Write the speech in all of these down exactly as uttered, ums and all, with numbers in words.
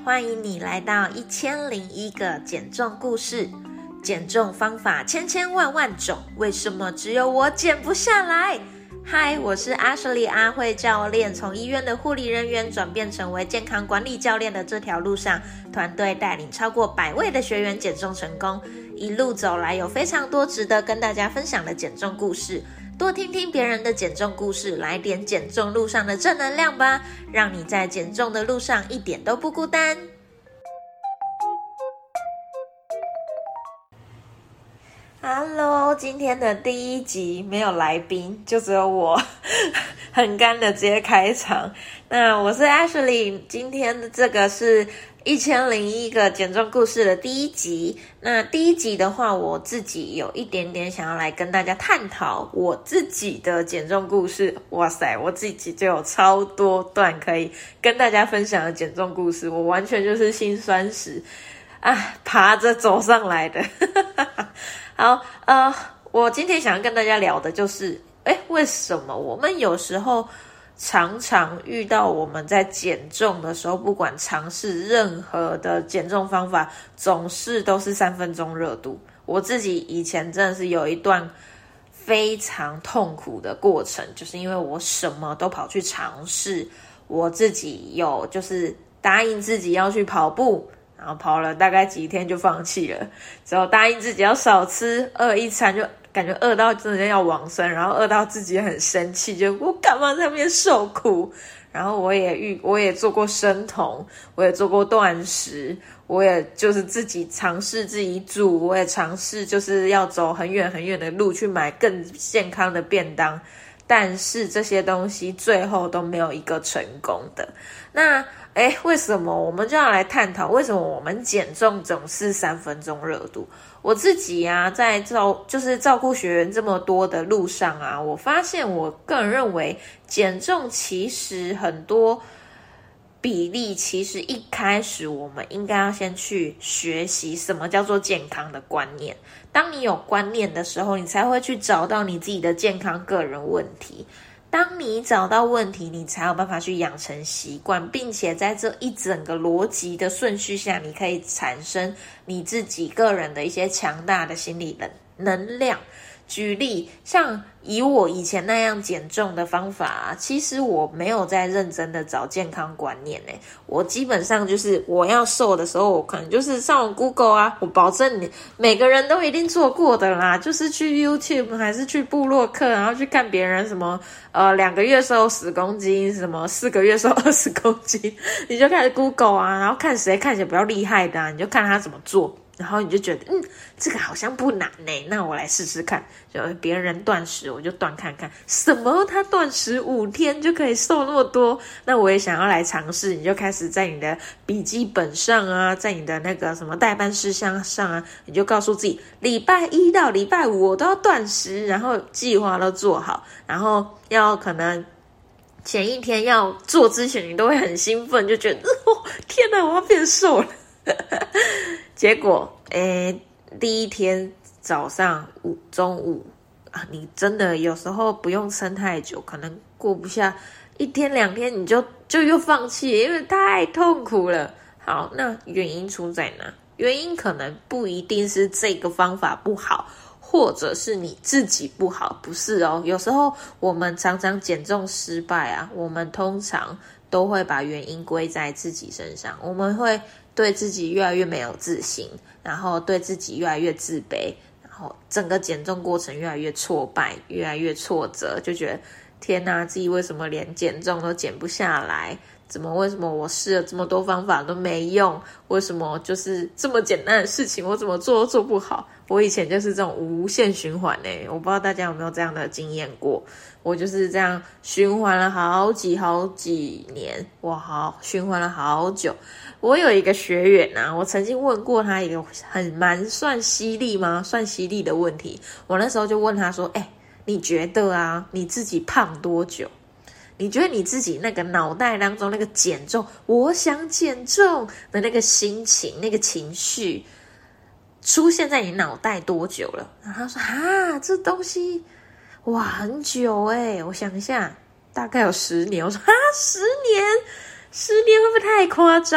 欢迎你来到一千零一个减重故事。减重方法千千万万种，为什么只有我减不下来？嗨，我是 Ashley 阿慧教练，从医院的护理人员转变成为健康管理教练的这条路上，团队带领超过百位的学员减重成功。一路走来，有非常多值得跟大家分享的减重故事，多听听别人的减重故事，来点减重路上的正能量吧，让你在减重的路上一点都不孤单。Hello， 今天的第一集没有来宾，就只有我很干的直接开场。那我是 Ashley， 今天的这个是一千零一个减重故事的第一集。那第一集的话，我自己有一点点想要来跟大家探讨我自己的减重故事。哇塞，我自己就有超多段可以跟大家分享的减重故事，我完全就是辛酸史啊，爬着走上来的。好，呃，我今天想要跟大家聊的就是，诶，为什么我们有时候常常遇到我们在减重的时候，不管尝试任何的减重方法，总是都是三分钟热度。我自己以前真的是有一段非常痛苦的过程，就是因为我什么都跑去尝试，我自己有就是答应自己要去跑步，然后跑了大概几天就放弃了，之后答应自己要少吃，饿一餐就感觉饿到真的要往生，然后饿到自己很生气，就我干嘛在那边受苦。然后我也遇我也做过生酮，我也做过断食，我也就是自己尝试自己煮，我也尝试就是要走很远很远的路去买更健康的便当，但是这些东西最后都没有一个成功的。那诶，为什么我们就要来探讨为什么我们减重总是三分钟热度？我自己啊，在照就是照顾学员这么多的路上啊，我发现我个人认为减重其实很多比例，其实一开始我们应该要先去学习什么叫做健康的观念。当你有观念的时候，你才会去找到你自己的健康个人问题。当你找到问题，你才有办法去养成习惯，并且在这一整个逻辑的顺序下，你可以产生你自己个人的一些强大的心理能能量。举例，像以我以前那样减重的方法啊，其实我没有在认真的找健康观念欸，我基本上就是我要瘦的时候，我可能就是上网 Google 啊，我保证你每个人都一定做过的啦，就是去 YouTube 还是去部落客，然后去看别人什么呃两个月瘦十公斤，什么四个月瘦二十公斤，你就开始 Google 啊，然后看谁看起来比较厉害的啊，你就看他怎么做。然后你就觉得嗯，这个好像不难呢，那我来试试看。就别人断食，我就断看看，什么他断食五天就可以瘦那么多，那我也想要来尝试。你就开始在你的笔记本上啊，在你的那个什么待办事项上啊，你就告诉自己，礼拜一到礼拜五我都要断食，然后计划都做好，然后要可能前一天要做之前，你都会很兴奋，就觉得哦，天哪，我要变瘦了。结果诶，第一天早上午中午啊，你真的有时候不用撑太久，可能过不下一天两天，你就就又放弃，因为太痛苦了。好，那原因出在哪？原因可能不一定是这个方法不好，或者是你自己不好，不是哦。有时候我们常常减重失败啊，我们通常都会把原因归在自己身上，我们会对自己越来越没有自信，然后对自己越来越自卑，然后整个减重过程越来越挫败，越来越挫折，就觉得天哪，自己为什么连减重都减不下来？怎么为什么我试了这么多方法都没用？为什么就是这么简单的事情我怎么做都做不好？我以前就是这种无限循环欸，我不知道大家有没有这样的经验过。我就是这样循环了好几好几年，哇，好循环了好久。我有一个学员啊，我曾经问过他一个很蛮算犀利吗？算犀利的问题。我那时候就问他说：“哎，你觉得啊，你自己胖多久？你觉得你自己那个脑袋当中那个减重，我想减重的那个心情、那个情绪，出现在你脑袋多久了？”然后他说：“啊，这东西。”哇，很久欸，我想一下，大概有十年。我说啊，十年，十年会不会太夸张？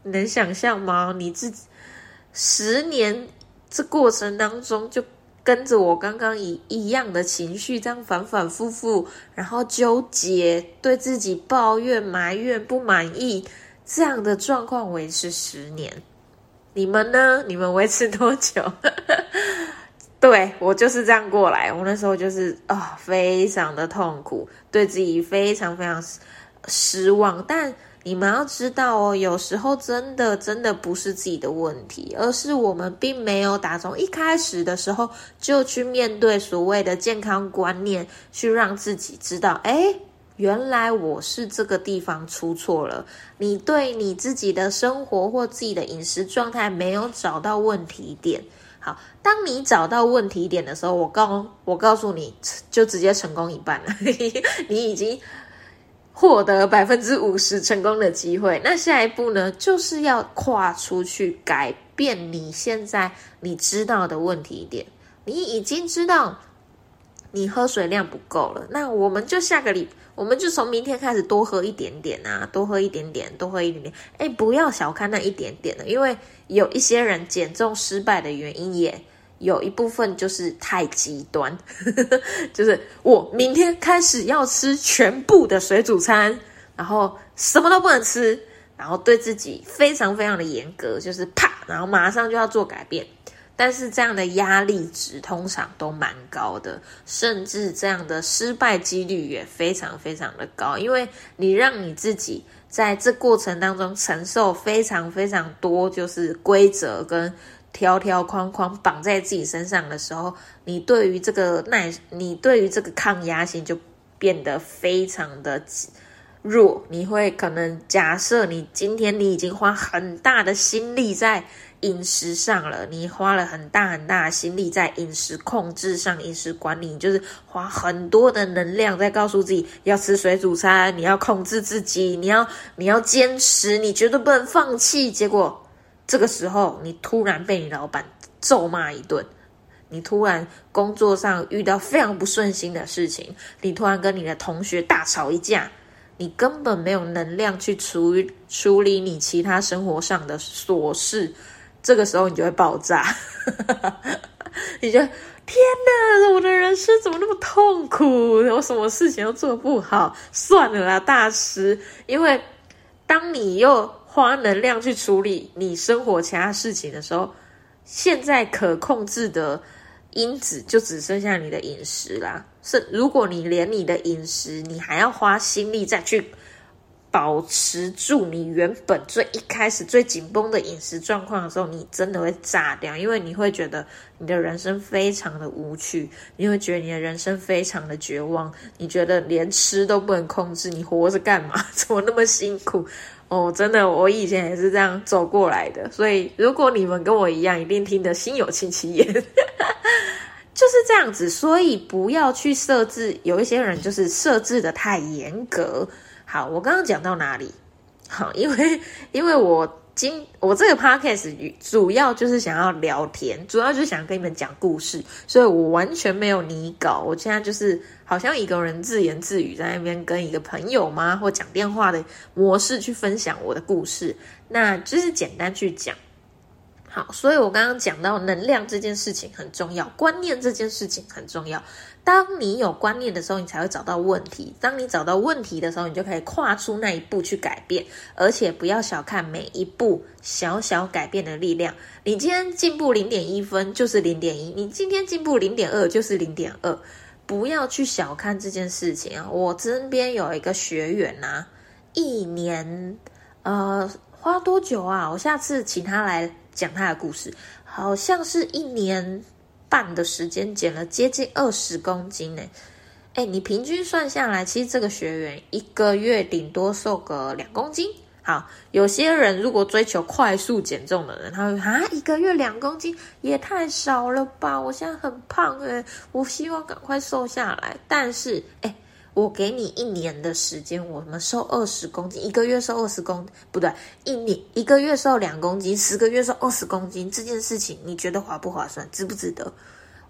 你能想象吗？你自己十年这过程当中，就跟着我刚刚一一样的情绪，这样反反复复，然后纠结，对自己抱怨、埋怨、不满意，这样的状况维持十年。你们呢？你们维持多久？对，我就是这样过来，我那时候就是啊、哦，非常的痛苦，对自己非常非常失望。但你们要知道哦，有时候真的真的不是自己的问题，而是我们并没有打从一开始的时候就去面对所谓的健康观念，去让自己知道，诶，原来我是这个地方出错了。你对你自己的生活或自己的饮食状态没有找到问题点。好，当你找到问题点的时候，我告我告诉你，就直接成功一半了。你已经获得百分之五十成功的机会。那下一步呢，就是要跨出去改变你现在你知道的问题点。你已经知道你喝水量不够了，那我们就下个礼，我们就从明天开始多喝一点点啊，多喝一点点，多喝一点点。哎，不要小看那一点点的，因为有一些人减重失败的原因也有一部分就是太极端，就是我明天开始要吃全部的水煮餐，然后什么都不能吃，然后对自己非常非常的严格，就是啪，然后马上就要做改变。但是这样的压力值通常都蛮高的，甚至这样的失败几率也非常非常的高，因为你让你自己在这过程当中承受非常非常多就是规则跟条条框框绑在自己身上的时候，你对于这个耐，你对于这个抗压性就变得非常的弱。你会可能假设你今天你已经花很大的心力在饮食上了，你花了很大很大的心力在饮食控制上，饮食管理，你就是花很多的能量在告诉自己要吃水煮餐，你要控制自己，你要你要坚持，你绝对不能放弃。结果这个时候你突然被你老板咒骂一顿，你突然工作上遇到非常不顺心的事情，你突然跟你的同学大吵一架，你根本没有能量去处理处理你其他生活上的琐事，这个时候你就会爆炸。你就天哪，我的人生怎么那么痛苦，我什么事情都做不好，算了啦大师。因为当你又花能量去处理你生活其他事情的时候，现在可控制的因子就只剩下你的饮食啦。是如果你连你的饮食你还要花心力再去保持住你原本最一开始最紧绷的饮食状况的时候，你真的会炸掉。因为你会觉得你的人生非常的无趣，你会觉得你的人生非常的绝望，你觉得连吃都不能控制，你活着干嘛？怎么那么辛苦？哦，真的，我以前也是这样走过来的。所以如果你们跟我一样，一定听得心有戚戚焉。就是这样子，所以不要去设置，有一些人就是设置的太严格。好，我刚刚讲到哪里？好，因为因为我今我这个 podcast 主要就是想要聊天，主要就是想跟你们讲故事，所以我完全没有拟稿。我现在就是好像一个人自言自语在那边跟一个朋友吗，或讲电话的模式去分享我的故事，那就是简单去讲。好，所以我刚刚讲到能量这件事情很重要，观念这件事情很重要。当你有观念的时候，你才会找到问题。当你找到问题的时候，你就可以跨出那一步去改变，而且不要小看每一步小小改变的力量。你今天进步 零点一 分就是零点一，你今天进步 零点二 就是 零点二，不要去小看这件事情啊！我身边有一个学员啊，一年呃花多久啊？我下次请他来讲他的故事，好像是一年半的时间减了接近二十公斤呢。哎，你平均算下来，其实这个学员一个月顶多瘦个两公斤。好，有些人如果追求快速减重的人，他会啊，一个月两公斤也太少了吧？我现在很胖哎，我希望赶快瘦下来。但是哎，我给你一年的时间，我们瘦二十公斤，一个月瘦二十公不对，一年一个月瘦两公斤，十个月瘦二十公斤，这件事情你觉得划不划算？值不值得？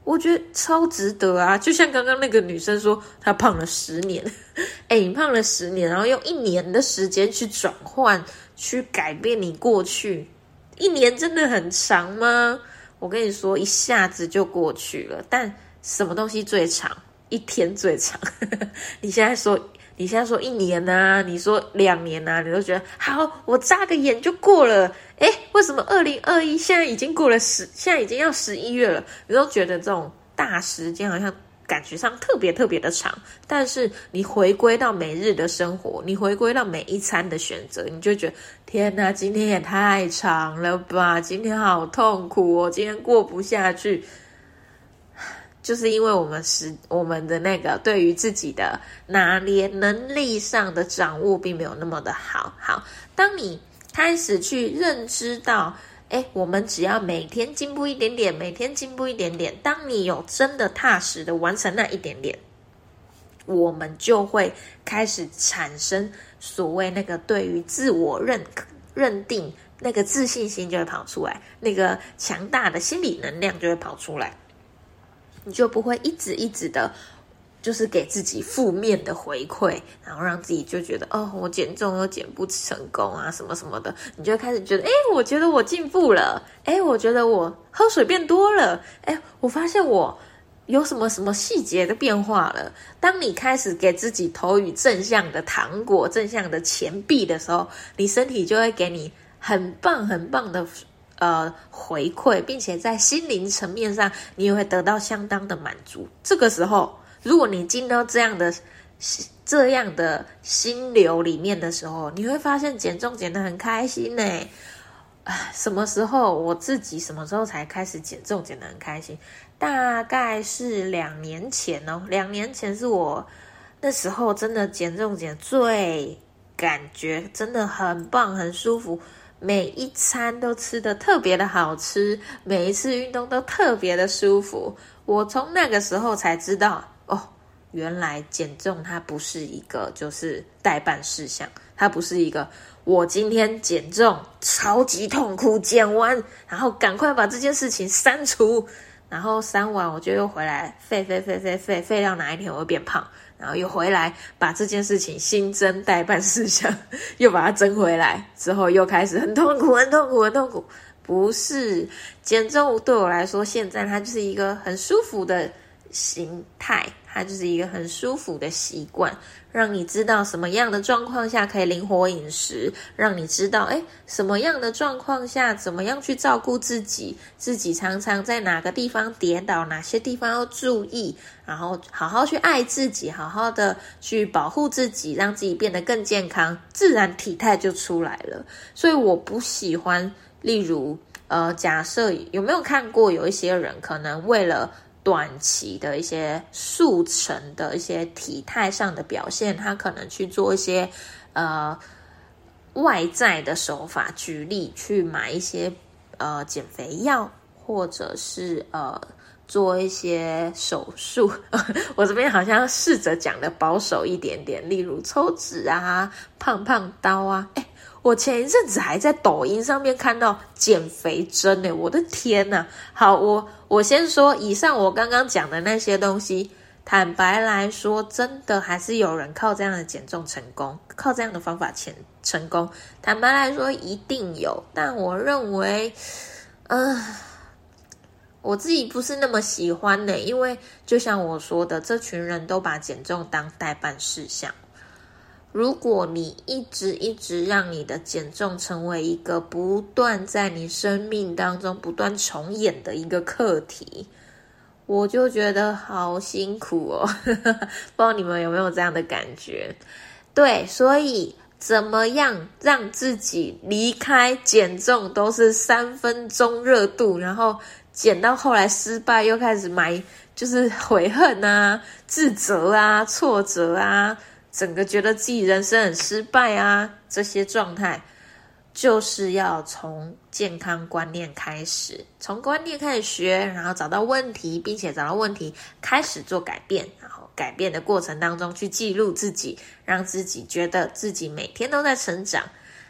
我觉得超值得啊！就像刚刚那个女生说，她胖了十年，哎，你胖了十年，然后用一年的时间去转换、去改变你过去，一年真的很长吗？我跟你说，一下子就过去了。但什么东西最长？一天最长。你现在说，你现在说一年啊，你说两年啊，你都觉得好，我眨个眼就过了。诶，为什么二零二一现在已经过了十，现在已经要十一月了？你都觉得这种大时间好像感觉上特别特别的长，但是你回归到每日的生活，你回归到每一餐的选择，你就觉得天哪，今天也太长了吧，今天好痛苦哦，今天过不下去。就是因为我们是我们的那个对于自己的拿捏能力上的掌握并没有那么的好。好，当你开始去认知到，诶，我们只要每天进步一点点，每天进步一点点，当你有真的踏实的完成那一点点，我们就会开始产生所谓那个对于自我认认定那个自信心就会跑出来，那个强大的心理能量就会跑出来，你就不会一直一直的就是给自己负面的回馈，然后让自己就觉得哦，我减重又减不成功啊什么什么的，你就会开始觉得，诶，我觉得我进步了，诶，我觉得我喝水变多了，诶，我发现我有什么什么细节的变化了。当你开始给自己投予正向的糖果、正向的钱币的时候，你身体就会给你很棒很棒的呃回馈，并且在心灵层面上你也会得到相当的满足。这个时候如果你进到这样的这样的心流里面的时候，你会发现减重减得很开心呢。什么时候我自己什么时候才开始减重减得很开心？大概是两年前哦，两年前是我那时候真的减重减最感觉真的很棒很舒服，每一餐都吃得特别的好吃，每一次运动都特别的舒服。我从那个时候才知道，哦，原来减重它不是一个就是待办事项，它不是一个我今天减重超级痛苦，减完然后赶快把这件事情删除，然后删完我就又回来废废废废废废到哪一天我会变胖，然后又回来把这件事情新增待办事项，又把它增回来，之后又开始很痛苦很痛苦很痛苦。不是，减重对我来说现在它就是一个很舒服的形态，它就是一个很舒服的习惯，让你知道什么样的状况下可以灵活饮食，让你知道诶什么样的状况下怎么样去照顾自己，自己常常在哪个地方跌倒，哪些地方要注意，然后好好去爱自己，好好的去保护自己，让自己变得更健康，自然体态就出来了。所以我不喜欢例如呃，假设有没有看过有一些人可能为了短期的一些速成的一些体态上的表现，他可能去做一些呃外在的手法，举例去买一些呃减肥药，或者是呃做一些手术我这边好像试着讲的保守一点点，例如抽脂啊、胖胖刀啊。诶我前一阵子还在抖音上面看到减肥针耶，我的天哪！好，我我先说，以上我刚刚讲的那些东西，坦白来说，真的还是有人靠这样的减重成功，靠这样的方法前成功。坦白来说，一定有，但我认为，嗯、呃，我自己不是那么喜欢的，因为就像我说的，这群人都把减重当待办事项。如果你一直一直让你的减重成为一个不断在你生命当中不断重演的一个课题，我就觉得好辛苦哦不知道你们有没有这样的感觉。对，所以怎么样让自己离开减重都是三分钟热度，然后减到后来失败又开始埋就是悔恨啊、自责啊、挫折啊，整个觉得自己人生很失败啊，这些状态就是要从健康观念开始，从观念开始学，然后找到问题，并且找到问题开始做改变，然后改变的过程当中去记录自己，让自己觉得自己每天都在成长。好，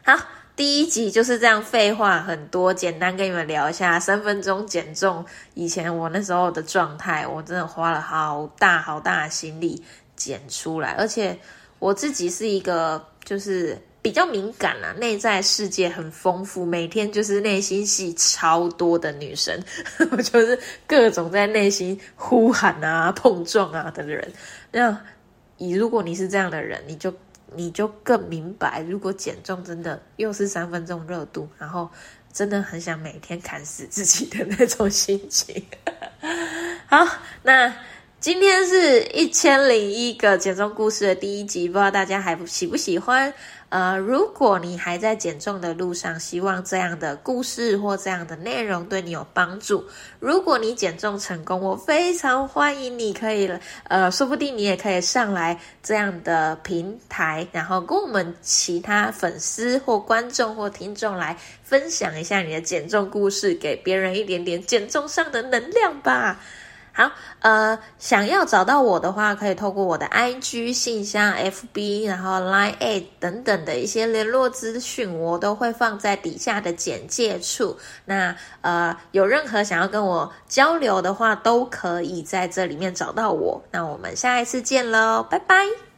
第一集就是这样废话很多，简单跟你们聊一下三分钟减重。以前我那时候的状态，我真的花了好大好大的心力减出来，而且我自己是一个就是比较敏感啦，内在世界很丰富，每天就是内心戏超多的女生，我就是各种在内心呼喊啊、碰撞啊的人。那以如果你是这样的人，你就你就更明白，如果减重真的又是三分钟热度，然后真的很想每天砍死自己的那种心情。好，那今天是一千零一个减重故事的第一集，不知道大家还喜不喜欢？呃，如果你还在减重的路上，希望这样的故事或这样的内容对你有帮助。如果你减重成功，我非常欢迎你可以，呃，说不定你也可以上来这样的平台，然后跟我们其他粉丝或观众或听众来分享一下你的减重故事，给别人一点点减重上的能量吧。好，呃，想要找到我的话，可以透过我的 I G 信箱、F B， 然后 Line 等等的一些联络资讯，我都会放在底下的简介处。那呃，有任何想要跟我交流的话，都可以在这里面找到我。那我们下一次见喽，拜拜。